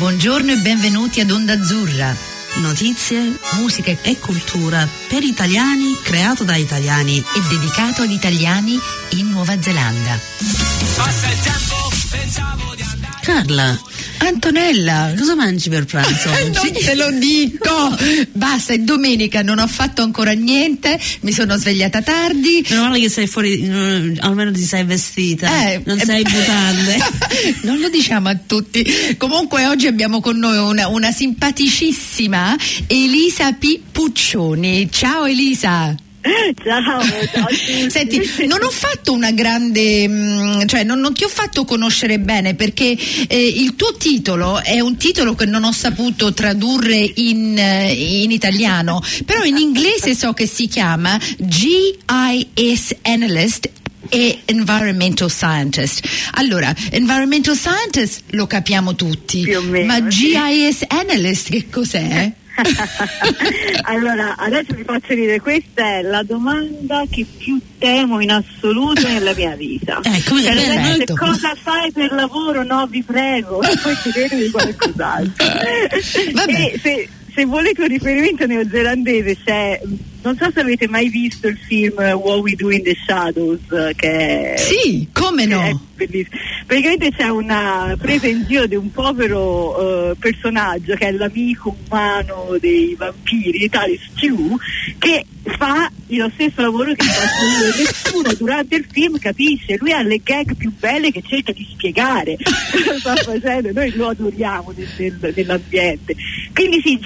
Buongiorno e benvenuti ad Onda Azzurra. Notizie, musica e cultura per italiani, creato da italiani e dedicato ad italiani in Nuova Zelanda. Passa il tempo, pensavo di andare. Carla, Antonella, cosa mangi per pranzo oggi? Non te lo dico. Basta, è domenica, non ho fatto ancora niente, mi sono svegliata tardi. Meno male che sei fuori, almeno ti sei vestita, non sei in mutande. Non lo diciamo a tutti. Comunque oggi abbiamo con noi una simpaticissima Elisa P. Puccioni. Ciao Elisa. Ciao. Senti, non ho fatto una grande, cioè non ti ho fatto conoscere bene perché il tuo titolo è un titolo che non ho saputo tradurre in italiano, però in inglese so che si chiama GIS Analyst e Environmental Scientist. Allora, Environmental Scientist lo capiamo tutti, più o meno, ma GIS Analyst che cos'è? Allora, adesso vi faccio dire, questa è la domanda che più temo in assoluto nella mia vita. Cosa fai per lavoro? No, vi prego, e poi chiedete di qualcos'altro. E se volete un riferimento neozelandese c'è, non so se avete mai visto il film What We Do in the Shadows, che sì, come no? È bellissimo. Praticamente c'è una presa in giro di un povero personaggio che è l'amico umano dei vampiri, tale Stu, che fa lo stesso lavoro che fa lui. Nessuno durante il film capisce, lui ha le gag più belle che cerca di spiegare cosa sta facendo, noi lo adoriamo nell'ambiente. Quindi sì,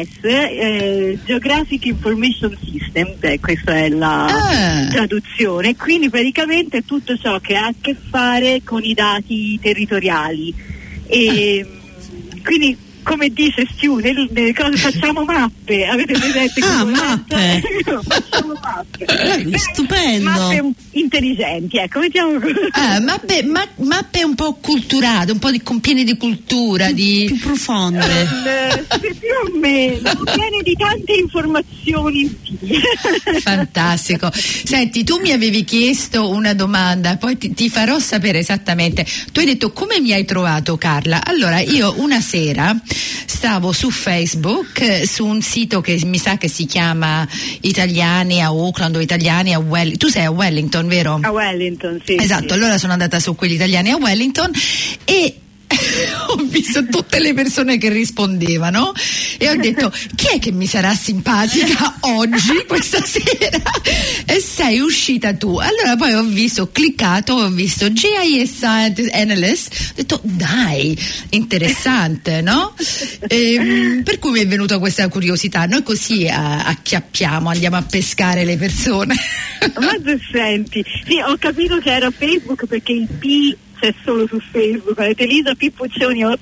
GIS, Geographic Information System, questa è la traduzione, quindi praticamente tutto ciò che ha a che fare con i dati territoriali e quindi, come dice Stu, nelle cose facciamo mappe, avete presente? Mappe! Facciamo mappe. Stupendo! Mappe intelligenti, ecco, mettiamo così. Mappe un po' culturate, un po' piene di cultura, più profonde. Più o meno, piene di tante informazioni. Fantastico. Senti, tu mi avevi chiesto una domanda, poi ti farò sapere esattamente. Tu hai detto: come mi hai trovato, Carla? Allora, io una sera stavo su Facebook, su un sito che mi sa che si chiama Italiani a Auckland o Italiani a Wellington. Tu sei a Wellington, vero? A Wellington, sì. Esatto, sì. Allora sono andata su quegli Italiani a Wellington e ho visto tutte le persone che rispondevano e ho detto: chi è che mi sarà simpatica oggi, questa sera? E sei uscita tu. Allora poi ho cliccato, ho visto GIS Analyst, ho detto: dai, interessante, no? Per cui mi è venuta questa curiosità. Noi così acchiappiamo, andiamo a pescare le persone. Ma senti, sì, ho capito che era Facebook perché il P c'è solo su Facebook, avete Elisa P. Puccioni, ok.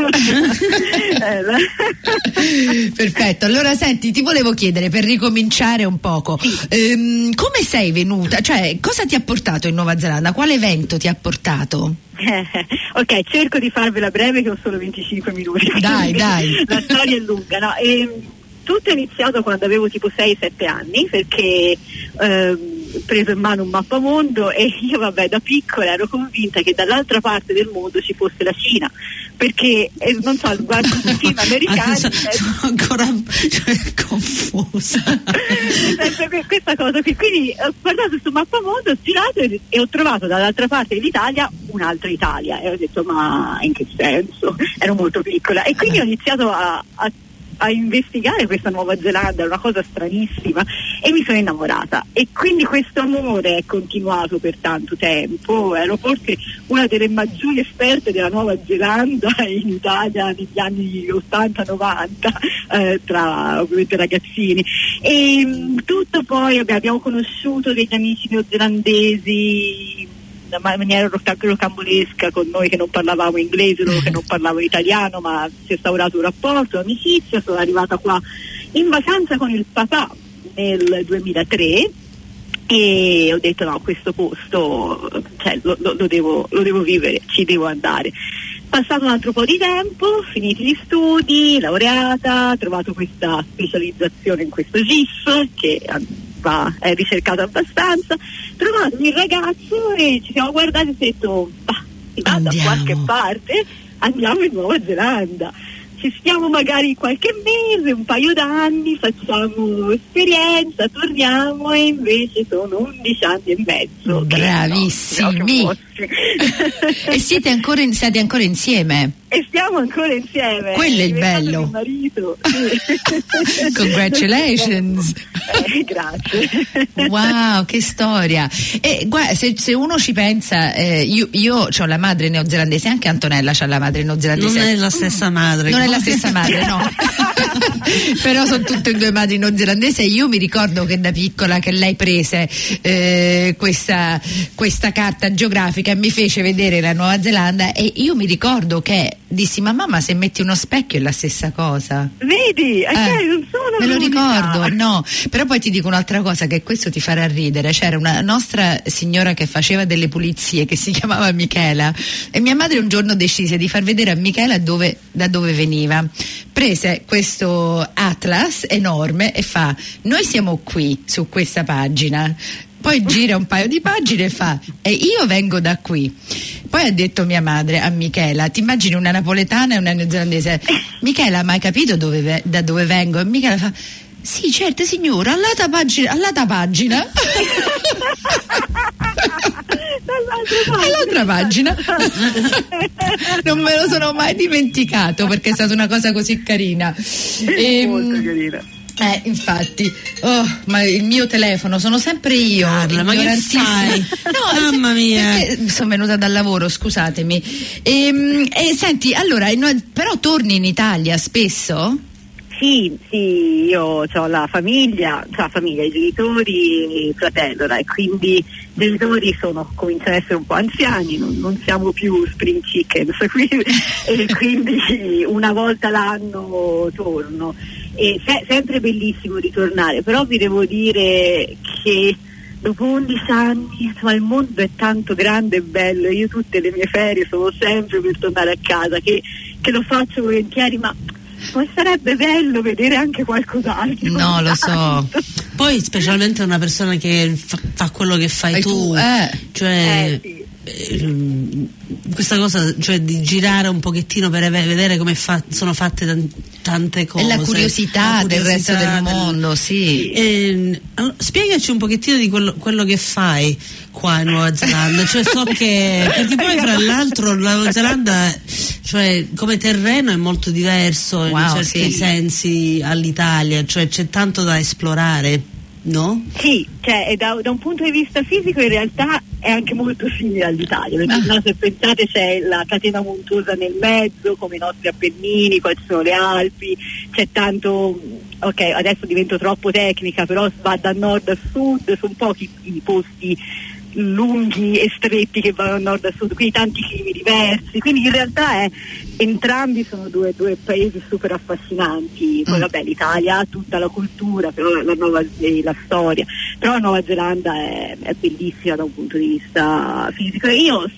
Perfetto, allora senti, ti volevo chiedere, per ricominciare un poco, come sei venuta, cioè cosa ti ha portato in Nuova Zelanda, quale evento ti ha portato? Ok, cerco di farvela breve che ho solo 25 minuti. Dai. La storia è lunga, no? Tutto è iniziato quando avevo tipo 6-7 anni, perché ho preso in mano un mappamondo e io da piccola ero convinta che dall'altra parte del mondo ci fosse la Cina, perché non so, guardo i film americani. Sono ancora confusa. Questa cosa qui, quindi ho guardato questo mappamondo, ho girato e ho trovato dall'altra parte dell'Italia un'altra Italia e ho detto: ma in che senso? Ero molto piccola e quindi ho iniziato a investigare questa Nuova Zelanda, una cosa stranissima, e mi sono innamorata e quindi questo amore è continuato per tanto tempo. Ero forse una delle maggiori esperte della Nuova Zelanda in Italia negli anni 80-90, tra ovviamente ragazzini, e tutto poi abbiamo conosciuto degli amici neozelandesi in maniera rocambolesca con noi che non parlavamo inglese, loro che non parlavano italiano, ma si è instaurato un rapporto, amicizia. Sono arrivata qua in vacanza con il papà nel 2003 e ho detto: no, questo posto, cioè, lo devo vivere, ci devo andare. Passato un altro po' di tempo, finiti gli studi, laureata, trovato questa specializzazione in questo GIS che è ricercato abbastanza, trovato il ragazzo e ci siamo guardati e ho detto: si va da qualche parte. andiamo in Nuova Zelanda. Ci stiamo magari qualche mese, un paio d'anni, facciamo esperienza, torniamo e invece sono 11 anni e mezzo. Bravissimi! E state ancora insieme? E stiamo ancora insieme. Quello è il bello. Mio marito. Sì. Congratulations. Grazie. Wow, che storia. E guarda, se uno ci pensa, io ho la madre neozelandese, anche Antonella c'ha la madre neozelandese. Non è la stessa madre. Non è la stessa madre, no. Però sono tutte e due madri neozelandesi, e io mi ricordo che da piccola che lei prese questa carta geografica e mi fece vedere la Nuova Zelanda, e io mi ricordo che dissi: ma mamma, se metti uno specchio è la stessa cosa. Vedi? Non sono me lo l'unica. ricordo, no. Però poi ti dico un'altra cosa, che questo ti farà ridere. C'era una nostra signora che faceva delle pulizie, che si chiamava Michela, e mia madre un giorno decise di far vedere a Michela da dove veniva. Prese questo atlas enorme e fa: noi siamo qui su questa pagina. Poi gira un paio di pagine e fa: e io vengo da qui. Poi ha detto mia madre a Michela: ti immagini una napoletana e una neozelandese? Michela, ma hai capito da dove vengo? E Michela fa: sì, certo signora, all'altra pagina. All'altra pagina. Non me lo sono mai dimenticato, perché è stata una cosa così carina. Molto carina. Infatti, ma il mio telefono sono sempre io. Carla, ma che fai? No, mamma mia, perché sono venuta dal lavoro, scusatemi. E senti, allora, però torni in Italia spesso? Sì, io ho la famiglia, i genitori, il fratello, e quindi i genitori cominciano ad essere un po' anziani, non siamo più spring chickens, e quindi una volta l'anno torno. E sempre bellissimo ritornare, però vi devo dire che dopo 11 anni, insomma, il mondo è tanto grande e bello, io tutte le mie ferie sono sempre per tornare a casa, che lo faccio volentieri, ma poi sarebbe bello vedere anche qualcos'altro. No, lo so. Poi specialmente una persona che fa quello che fai tu. Cioè sì. Questa cosa, cioè di girare un pochettino per vedere come sono fatte tante cose, e la curiosità del resto del mondo, sì. Allora, spiegaci un pochettino di quello che fai qua in Nuova Zelanda, cioè so che, perché poi fra l'altro la Nuova Zelanda, cioè come terreno è molto diverso in certi sensi all'italia, cioè c'è tanto da esplorare, no? Sì, cioè da un punto di vista fisico in realtà è anche molto simile all'Italia, perché no, se pensate c'è la catena montuosa nel mezzo, come i nostri Appennini, poi ci sono le Alpi, c'è tanto, ok, adesso divento troppo tecnica, però va da nord a sud, sono pochi i posti lunghi e stretti che vanno da nord a sud, quindi tanti climi diversi, quindi in realtà entrambi sono due paesi super affascinanti. Poi vabbè, l'Italia ha tutta la cultura, però la storia, però la Nuova Zelanda è bellissima da un punto di vista fisico. Io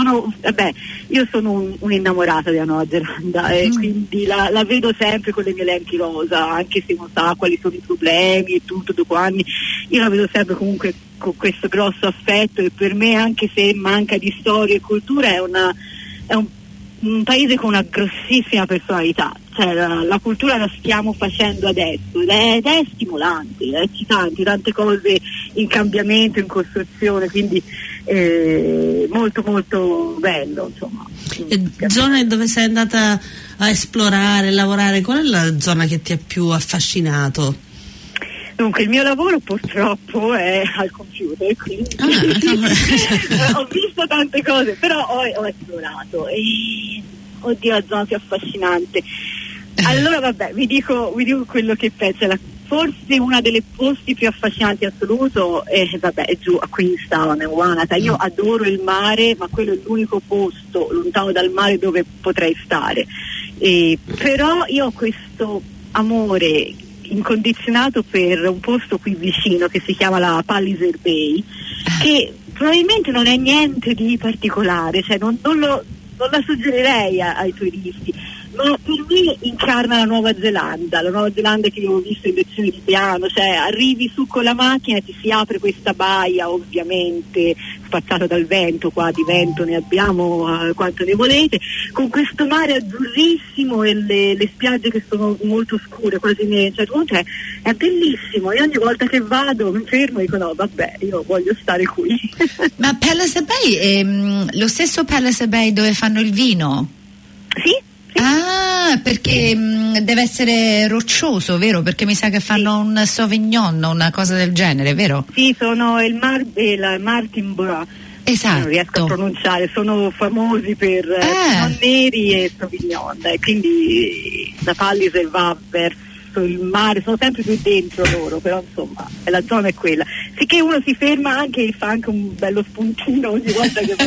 sono un'innamorata della Nuova Zelanda, e quindi la vedo sempre con le mie lenti rosa, anche se non sa quali sono i problemi e tutto dopo anni, io la vedo sempre comunque con questo grosso affetto, e per me, anche se manca di storia e cultura, è un paese con una grossissima personalità, cioè la cultura la stiamo facendo adesso ed è stimolante, è eccitante, tante cose in cambiamento, in costruzione, quindi molto molto bello, insomma. Zone dove sei andata a esplorare, lavorare, qual è la zona che ti ha più affascinato? Dunque, il mio lavoro purtroppo è al computer, quindi ho visto tante cose, però ho esplorato. Oddio, la zona più affascinante. Allora vabbè, vi dico quello che penso. Forse una delle posti più affascinanti assoluto è giù a Queenstown, Wanata. Io adoro il mare, ma quello è l'unico posto lontano dal mare dove potrei stare. Però io ho questo amore incondizionato per un posto qui vicino che si chiama la Palliser Bay, che probabilmente non è niente di particolare, cioè non la suggerirei ai turisti, ma per me incarna la Nuova Zelanda che io ho visto in lezioni di piano, cioè arrivi su con la macchina e ti si apre questa baia ovviamente spazzata dal vento, qua di vento ne abbiamo quanto ne volete, con questo mare azzurrissimo e le spiagge che sono molto scure, quasi cioè, è bellissimo. Io ogni volta che vado mi fermo e dico no vabbè, io voglio stare qui. Ma Palace Bay è lo stesso Palace Bay dove fanno il vino? Sì. Ah, perché deve essere roccioso, vero? Perché mi sa che fanno un Sauvignon, una cosa del genere, vero? Sì, sono il Martinborough. Esatto. Non riesco a pronunciare, sono famosi per Pinot neri e Sauvignon, quindi la Palace va verso il mare, sono sempre più dentro loro, però insomma la zona è quella. Sicché uno si ferma anche e fa anche un bello spuntino ogni volta che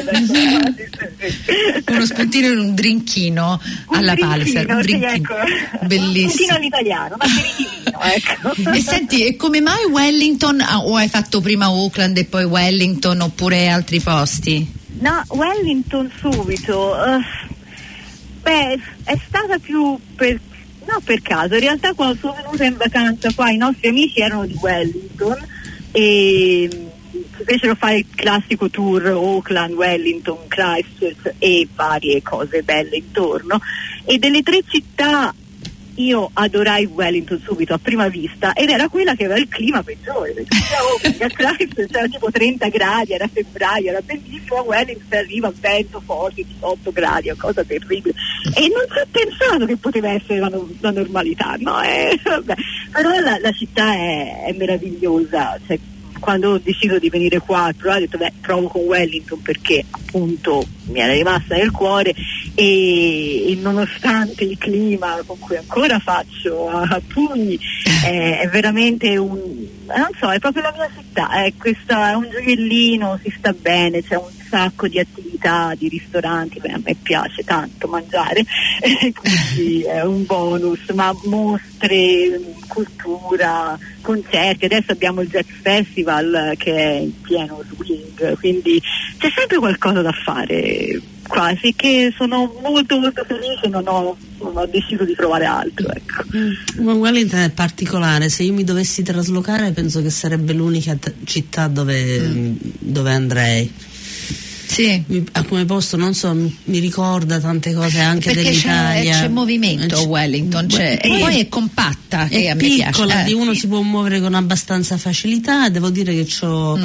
uno spuntino in un drinchino alla Palace, un drinchino, sì, ecco. Bellissimo. Un spuntino all'italiano, ma aperitivo, ecco. E senti, e come mai Wellington, o hai fatto prima Auckland e poi Wellington oppure altri posti? No, Wellington subito. È stata più per caso. In realtà quando sono venuta in vacanza qua i nostri amici erano di Wellington e ci fecero fare il classico tour Auckland, Wellington, Christchurch e varie cose belle intorno, e delle 3 città io adorai Wellington subito a prima vista, ed era quella che aveva il clima peggiore, perché a Christchurch c'era tipo 30 gradi, era febbraio, era bellissimo. A Wellington arriva vento forte, 18 gradi, una cosa terribile, e non ci ho pensato che poteva essere la normalità, no? Vabbè. Però la città è meravigliosa, cioè, quando ho deciso di venire qua ho detto provo con Wellington perché appunto mi era rimasta nel cuore, e nonostante il clima con cui ancora faccio a pugni, è veramente non so, è proprio la mia città, è un gioiellino, si sta bene, c'è un sacco di attività, di ristoranti, a me piace tanto mangiare, quindi è un bonus, ma mostre, cultura, concerti, adesso abbiamo il Jazz Festival che è in pieno swing, quindi c'è sempre qualcosa da fare qua, che sono molto molto felice, non ho deciso di provare altro, ecco. Wellington è particolare, se io mi dovessi traslocare penso che sarebbe l'unica città dove andrei. Sì. Come posto, non so, mi ricorda tante cose anche perché dell'Italia. C'è movimento a Wellington, e poi è compatta, che a me piccola, piace. Uno si può muovere con abbastanza facilità. Devo dire che ho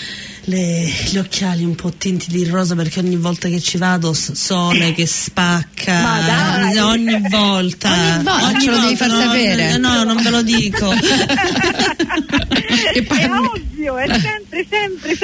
gli occhiali un po' tinti di rosa, perché ogni volta che ci vado sole che spacca. Ma dai. ogni volta ce lo devi far sapere. No, non ve lo dico. È ovvio, è sempre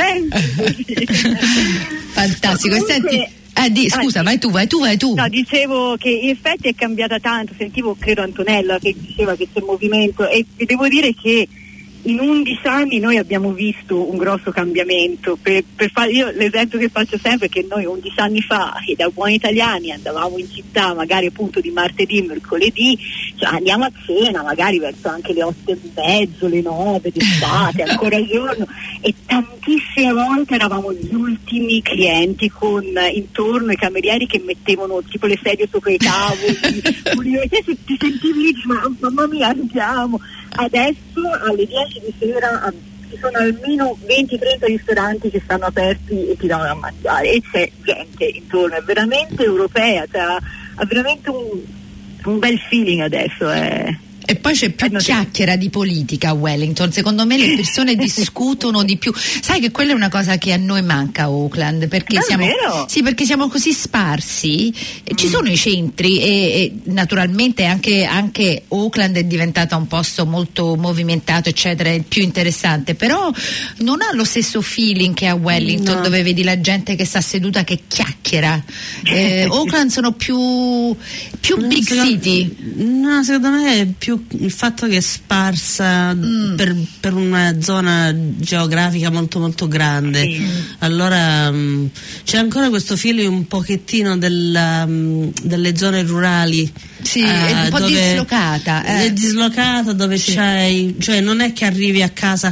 fantastico. Comunque, senti, scusa, vai tu. No, dicevo che in effetti è cambiata tanto, sentivo credo Antonella che diceva che c'è movimento, e devo dire che in 11 anni noi abbiamo visto un grosso cambiamento. Io l'esempio che faccio sempre è che noi 11 anni fa, e da buoni italiani, andavamo in città magari appunto di martedì, mercoledì, cioè andiamo a cena magari verso anche le 8:30, le 9 d'estate, ancora giorno, e tantissime volte eravamo gli ultimi clienti, con intorno i camerieri che mettevano tipo le sedie sopra i tavoli, ti sentivi lì, ma mamma mia, andiamo. Adesso alle 10 di sera ci sono almeno 20-30 ristoranti che stanno aperti e ti danno da mangiare, e c'è gente intorno, è veramente europea, cioè, ha veramente un bel feeling adesso. E poi c'è più chiacchiera di politica a Wellington, secondo me le persone discutono di più, sai che quella è una cosa che a noi manca a Auckland, perché perché siamo così sparsi, ci sono i centri e naturalmente anche Auckland è diventata un posto molto movimentato eccetera, è più interessante, però non ha lo stesso feeling che a Wellington, dove vedi la gente che sta seduta che chiacchiera. Auckland sono più big city. No, secondo me è più il fatto che è sparsa per una zona geografica molto molto grande, allora c'è ancora questo feeling un pochettino delle zone rurali, è un po' dislocata, è dislocata, dove c'hai, cioè non è che arrivi a casa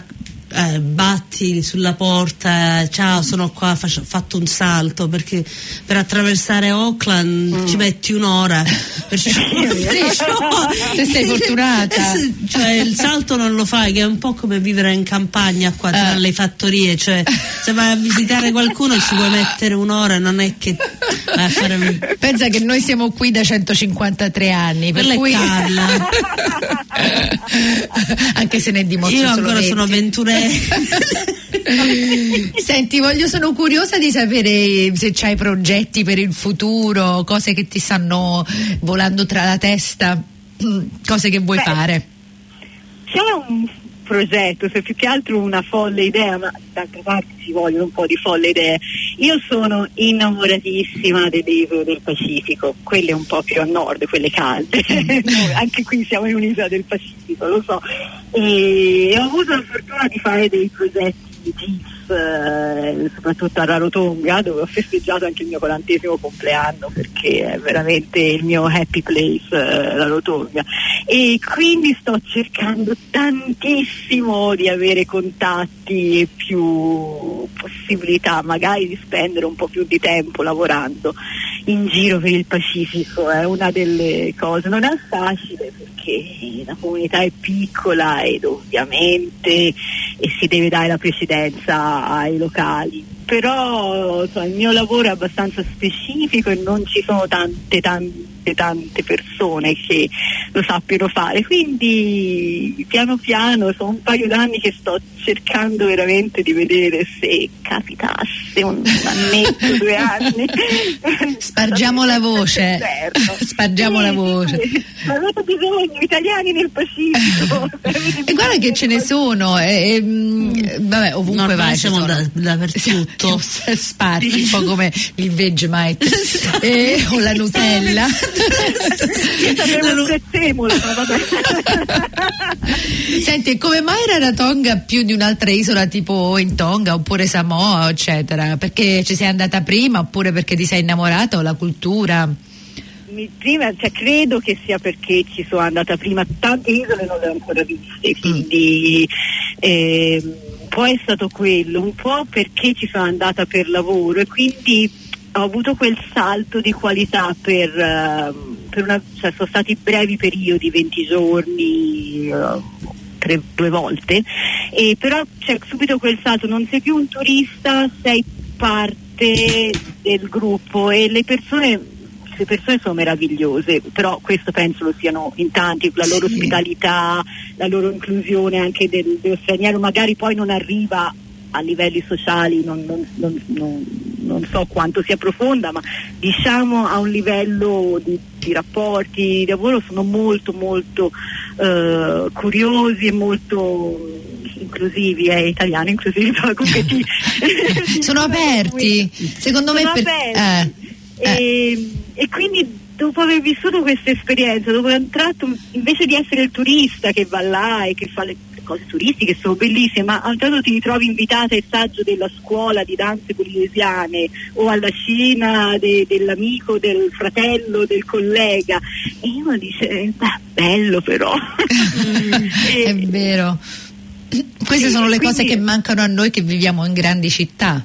batti sulla porta, ciao, sono qua, ho fatto un salto, perché per attraversare Auckland ci metti un'ora, perciò se sei fortunata, cioè il salto non lo fai, che è un po' come vivere in campagna qua tra le fattorie, cioè se vai a visitare qualcuno ci puoi mettere un'ora, non è che vai a fare pensa che noi siamo qui da 153 anni, per cui Carla. anche se ne dimostro io solo ancora 20. sono avventuresca. Senti, sono curiosa di sapere se c'hai progetti per il futuro, cose che ti stanno volando tra la testa, cose che vuoi fare. C'è un progetto, se più che altro una folle idea, ma d'altra parte ci vogliono un po' di folle idee. Io sono innamoratissima delle isole del Pacifico, quelle un po' più a nord, quelle calde. No, anche qui siamo in un'isola del Pacifico, lo so. E ho avuto la fortuna di fare dei progetti di GIF, soprattutto a Rarotonga, dove ho festeggiato anche il mio 40° compleanno, perché è veramente il mio happy place, Rarotonga, e quindi sto cercando tantissimo di avere contatti e più possibilità magari di spendere un po' più di tempo lavorando in giro per il Pacifico. È una delle cose, non è facile perché la comunità è piccola ed ovviamente si deve dare la precedenza ai locali, però il mio lavoro è abbastanza specifico e non ci sono tante persone che lo sappiano fare, quindi piano piano sono un paio d'anni che sto cercando veramente di vedere se capitasse un annetto, 2 anni. Spargiamo la voce, spargiamo la voce. Avete bisogno, italiani nel Pacifico. E guarda che ce ne sono, vabbè, ovunque vai siamo dappertutto, sparsi, un po' come il Vegemite o la Nutella. Senti, come mai Rarotonga più di un'altra isola tipo in Tonga oppure Samoa eccetera? Perché ci sei andata prima oppure perché ti sei innamorata, o la cultura? Prima, credo che sia perché ci sono andata prima, tante isole non le ho ancora viste, quindi un po' è stato quello, un po' perché ci sono andata per lavoro e quindi ho avuto quel salto di qualità sono stati brevi periodi, 20 giorni, 2 volte, e però c'è subito quel salto, non sei più un turista, sei parte del gruppo e le persone sono meravigliose, però questo penso lo siano in tanti, la loro ospitalità, la loro inclusione anche dello straniero, magari poi non arriva a livelli sociali, non so quanto sia profonda, ma diciamo a un livello di rapporti di lavoro sono molto molto curiosi e molto inclusivi, italiano inclusivi, comunque sono aperti, secondo me e quindi dopo aver vissuto questa esperienza, dopo un tratto, invece di essere il turista che va là e che fa le cose turistiche sono bellissime, ma a un tratto ti ritrovi invitata al saggio della scuola di danze polinesiane o alla cena dell'amico, del fratello, del collega, e uno dice bello però. È vero, queste sono le cose che mancano a noi che viviamo in grandi città.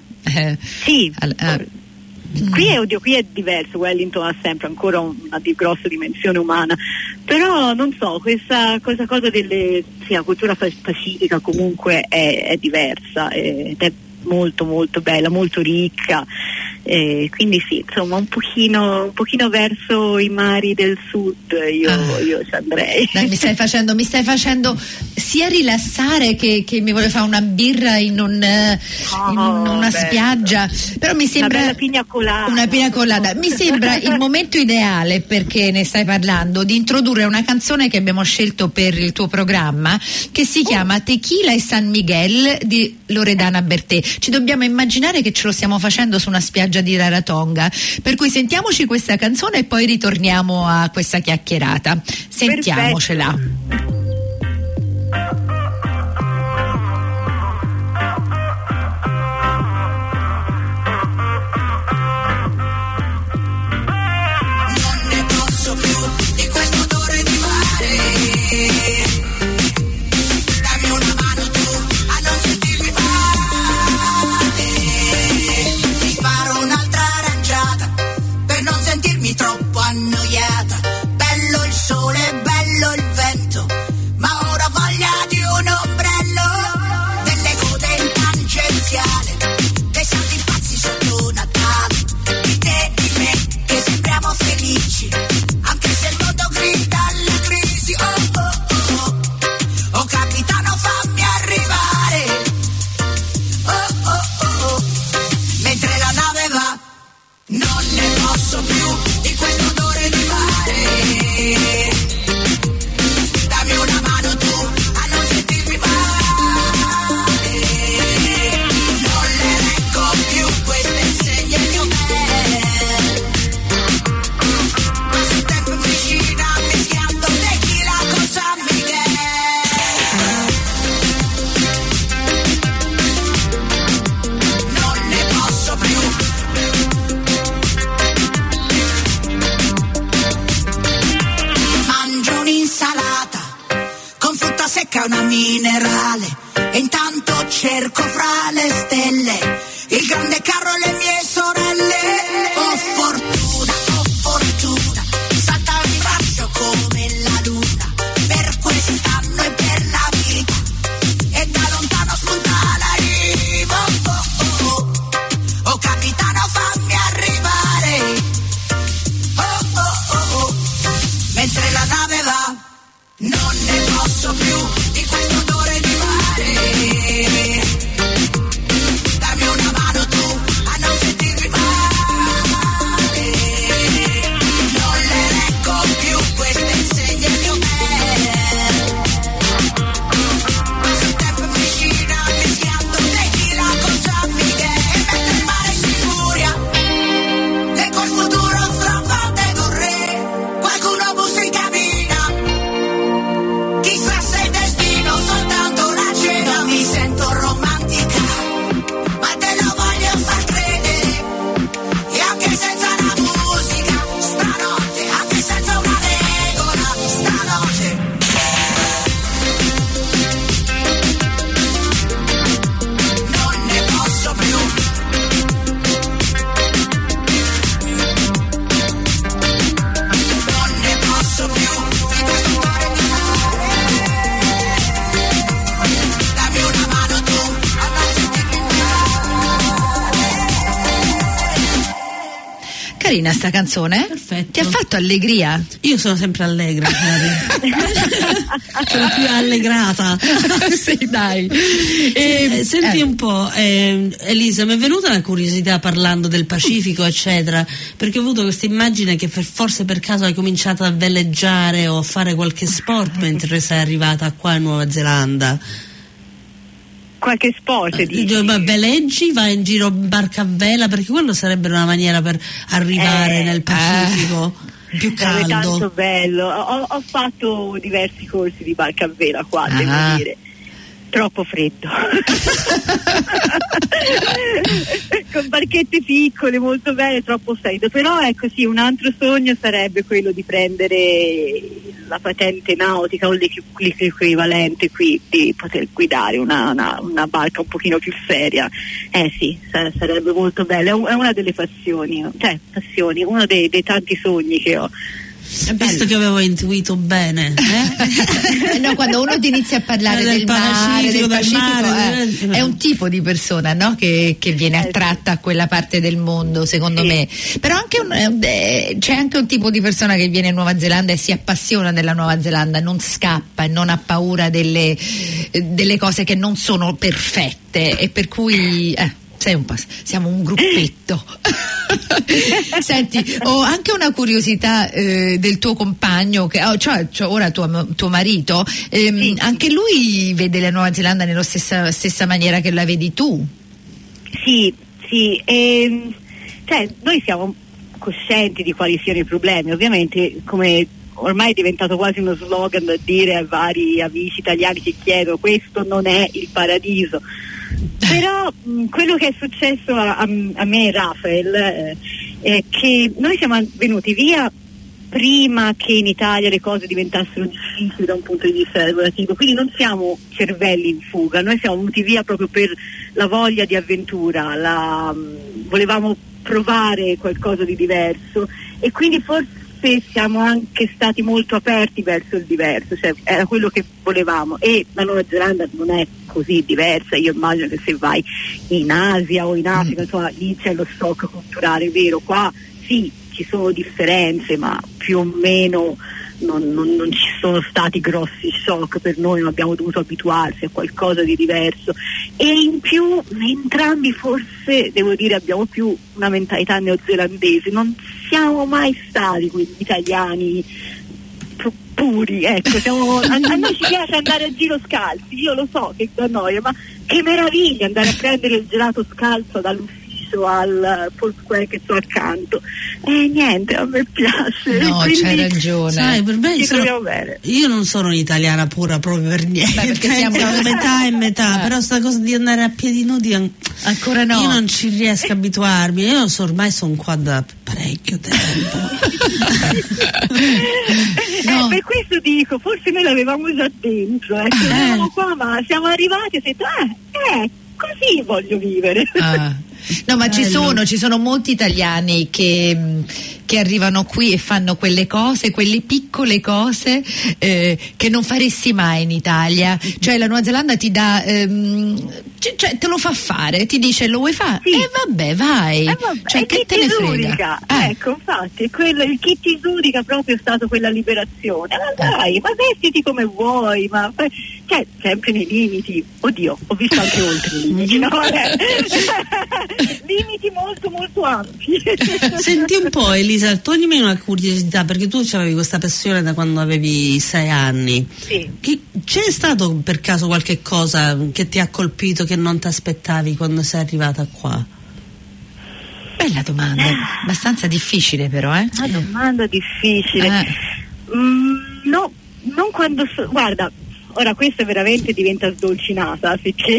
Qui è diverso, Wellington ha sempre ancora una grossa dimensione umana, però non so, questa cosa la cultura pacifica comunque è diversa ed è molto molto bella, molto ricca, quindi sì, insomma un pochino verso i mari del sud io ci andrei. Dai, mi stai facendo sia rilassare che mi vuole fare una birra in una spiaggia, però mi sembra una pina colada. Mi sembra il momento ideale, perché ne stai parlando, di introdurre una canzone che abbiamo scelto per il tuo programma, che si chiama Tequila e San Miguel di Loredana Bertè. Ci dobbiamo immaginare che ce lo stiamo facendo su una spiaggia di Rarotonga, per cui sentiamoci questa canzone e poi ritorniamo a questa chiacchierata. Sentiamocela. Perfetto. Dammi una mano tu a non sentire posso più di questo odore di mare. Dammi una mano tu a non sentirmi male. Non le reggo più queste insegne che ho questo tempo in piscina mischiando tequila con San Miguel. Non ne posso più. Mangio un'insalata con frutta secca e una minerale e intanto cerco fra le stelle il grande carro e le mie sorelle. Oh fortuna, salta in braccio come la luna per quest'anno e per la vita e da lontano spunta la riva. Oh capitano fammi arrivare. Oh. Mentre la nave va, non ne posso più di questo odore di mare. Dammi una mano tu a non sentirmi male. Non le reggo più queste insegne che ho questo tempo in piscina mischiando tequila con San Miguel. E mentre il mare si furia e col futuro stravante d'un re, qualcuno bussa in cabina. Chissà se il destino soltanto una cena. Mi sento romantica, ma te lo voglio far credere. E anche senza la musica, stanotte, anche senza una regola, stanotte. Non ne posso più. Non ne posso più di questo odore di mare. Dammi una mano tu a non sentirmi Carina sta canzone? Perfetto. Ti ha fatto allegria? Io sono sempre allegra, sono più allegrata. Sì, dai. Senti un po', Elisa, mi è venuta una curiosità parlando del Pacifico, eccetera, perché ho avuto questa immagine che forse per caso hai cominciato a veleggiare o a fare qualche sport mentre sei arrivata qua in Nuova Zelanda. Qualche sport dici? Ma veleggi, vai in giro in barca a vela, perché quello sarebbe una maniera per arrivare nel Pacifico più Sarebbe caldo. tanto bello. Ho fatto diversi corsi di barca a vela qua, devo dire. Troppo freddo. Con barchette piccole, molto belle, troppo freddo. Però ecco sì, un altro sogno sarebbe quello di prendere la patente nautica o l'equivalente qui, di poter guidare una barca un pochino più seria. Sì, sarebbe molto bello. È una delle passioni, uno dei tanti sogni che ho. Visto che avevo intuito bene, No, quando uno ti inizia a parlare del mare, del Pacifico, è un tipo di persona, no? che viene attratta a quella parte del mondo, secondo me. Però anche c'è anche un tipo di persona che viene in Nuova Zelanda e si appassiona della Nuova Zelanda, non scappa e non ha paura delle cose che non sono perfette, e per cui siamo un gruppetto. Senti, ho anche una curiosità del tuo compagno, cioè ora tuo marito, Sì. anche lui vede la Nuova Zelanda nella stessa maniera che la vedi tu? Sì, noi siamo coscienti di quali siano i problemi, ovviamente, come ormai è diventato quasi uno slogan da dire a vari amici italiani che chiedono: questo non è il paradiso. Però quello che è successo a me e Rafael è che noi siamo venuti via prima che in Italia le cose diventassero difficili da un punto di vista lavorativo, quindi non siamo cervelli in fuga, noi siamo venuti via proprio per la voglia di avventura, volevamo provare qualcosa di diverso, e quindi forse siamo anche stati molto aperti verso il diverso, cioè era quello che volevamo. E la Nuova Zelanda non è così diversa, io immagino che se vai in Asia o in Africa, insomma, lì c'è lo shock culturale vero, qua sì ci sono differenze, ma più o meno non ci sono stati grossi shock per noi, non abbiamo dovuto abituarsi a qualcosa di diverso, e in più entrambi forse devo dire abbiamo più una mentalità neozelandese, non siamo mai stati quegli italiani puri, ecco, a noi ci piace andare a giro scalzi, io lo so che da noia, ma che meraviglia andare a prendere il gelato scalzo dall'ufficio al Foursquare che sto accanto, e niente, a me piace. No, c'hai ragione. Sai, per me bene. Io non sono un'italiana pura proprio per niente. Beh, perché siamo metà e metà, però sta cosa di andare a piedi nudi ancora no. Io non ci riesco a abituarmi. Io ormai sono qua da parecchio tempo. No. Per questo dico, forse noi l'avevamo già dentro, eravamo qua, ma siamo arrivati e si è detto, così voglio vivere. No, ma ci sono molti italiani che arrivano qui e fanno quelle cose, quelle piccole cose che non faresti mai in Italia. Cioè la Nuova Zelanda ti dà cioè te lo fa fare, ti dice lo vuoi fare? Sì. E vabbè, vai. Cioè che te ne frega. Ecco, infatti, il chi ti giudica proprio è stato quella liberazione. Ma dai, ma vestiti come vuoi, ma cioè sempre nei limiti. Oddio, ho visto anche oltre i limiti, no? Limiti molto molto ampi. Senti un po', Elisa, toglimi una curiosità, perché tu avevi questa passione da quando avevi 6 anni. Sì. C'è stato per caso qualche cosa che ti ha colpito, che non ti aspettavi quando sei arrivata qua? Bella domanda, abbastanza difficile però, Una domanda difficile. No, non quando guarda, ora questa veramente diventa sdolcinata,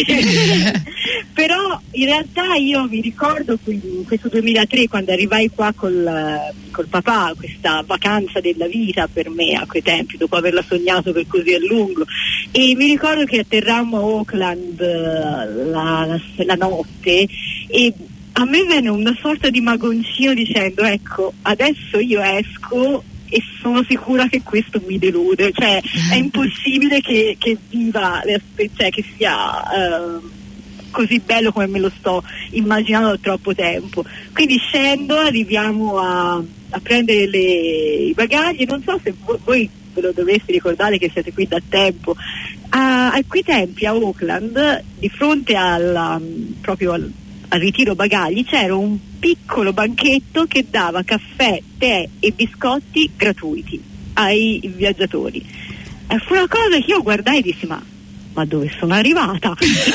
però in realtà io mi ricordo in questo 2003, quando arrivai qua col papà, questa vacanza della vita per me a quei tempi, dopo averla sognato per così a lungo, e mi ricordo che atterrammo a Auckland la notte, e a me venne una sorta di magoncino dicendo, ecco, adesso io esco e sono sicura che questo mi delude, cioè è impossibile che viva cioè che sia così bello come me lo sto immaginando da troppo tempo. Quindi scendo, arriviamo a prendere i bagagli, non so se voi ve lo dovreste ricordare che siete qui da tempo. A quei tempi a Auckland, di fronte proprio al ritiro bagagli, c'era un piccolo banchetto che dava caffè, tè e biscotti gratuiti ai viaggiatori. Fu una cosa che io guardai e dissi, ma dove sono arrivata?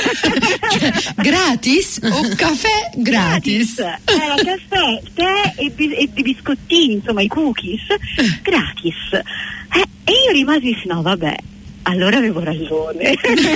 Gratis? Un caffè gratis? Era caffè, tè e biscottini, insomma i cookies gratis. E io rimasi e dissi, no vabbè, allora avevo ragione.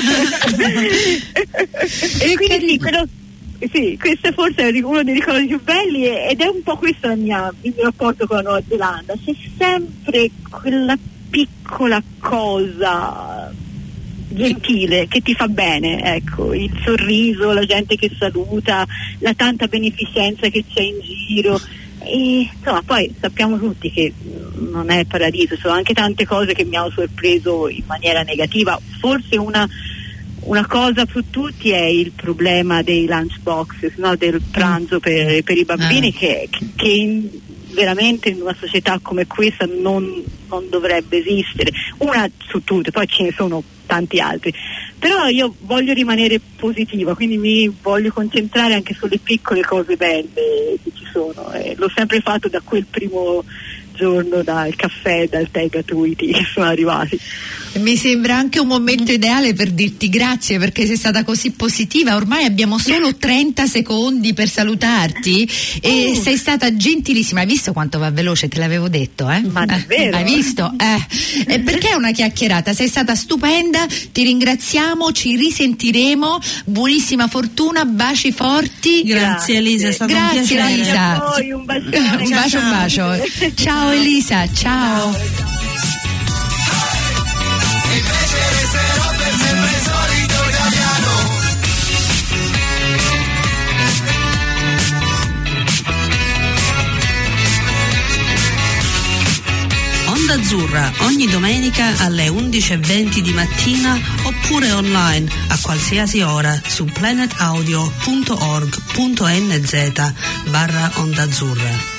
E quindi sì, questo forse è uno dei ricordi più belli, ed è un po' questo il mio rapporto con la Nuova Zelanda. C'è sempre quella piccola cosa gentile che ti fa bene, ecco, il sorriso, la gente che saluta, la tanta beneficenza che c'è in giro, e insomma poi sappiamo tutti che non è paradiso, sono anche tante cose che mi hanno sorpreso in maniera negativa. Forse una cosa su tutti è il problema dei lunch boxes, no? Del pranzo per i bambini, che veramente in una società come questa non dovrebbe esistere. Una su tutte, poi ce ne sono tanti altri, però io voglio rimanere positiva, quindi mi voglio concentrare anche sulle piccole cose belle che ci sono, l'ho sempre fatto da quel primo giorno, dal caffè e dal tè gratuiti che sono arrivati. Mi sembra anche un momento ideale per dirti grazie, perché sei stata così positiva. Ormai abbiamo solo 30 secondi per salutarti e sei stata gentilissima. Hai visto quanto va veloce? Te l'avevo detto, Ma davvero? Hai visto? Perché è una chiacchierata? Sei stata stupenda, ti ringraziamo, ci risentiremo. Buonissima fortuna, baci forti. Grazie Elisa, è stato un piacere. Grazie Elisa. Poi un bacione. Un bacio. Ciao Elisa, ciao. Invece resterò per sempre il solito italiano. Onda Azzurra ogni domenica alle 11:20 di mattina, oppure online a qualsiasi ora su planetaudio.org.nz/Onda Azzurra.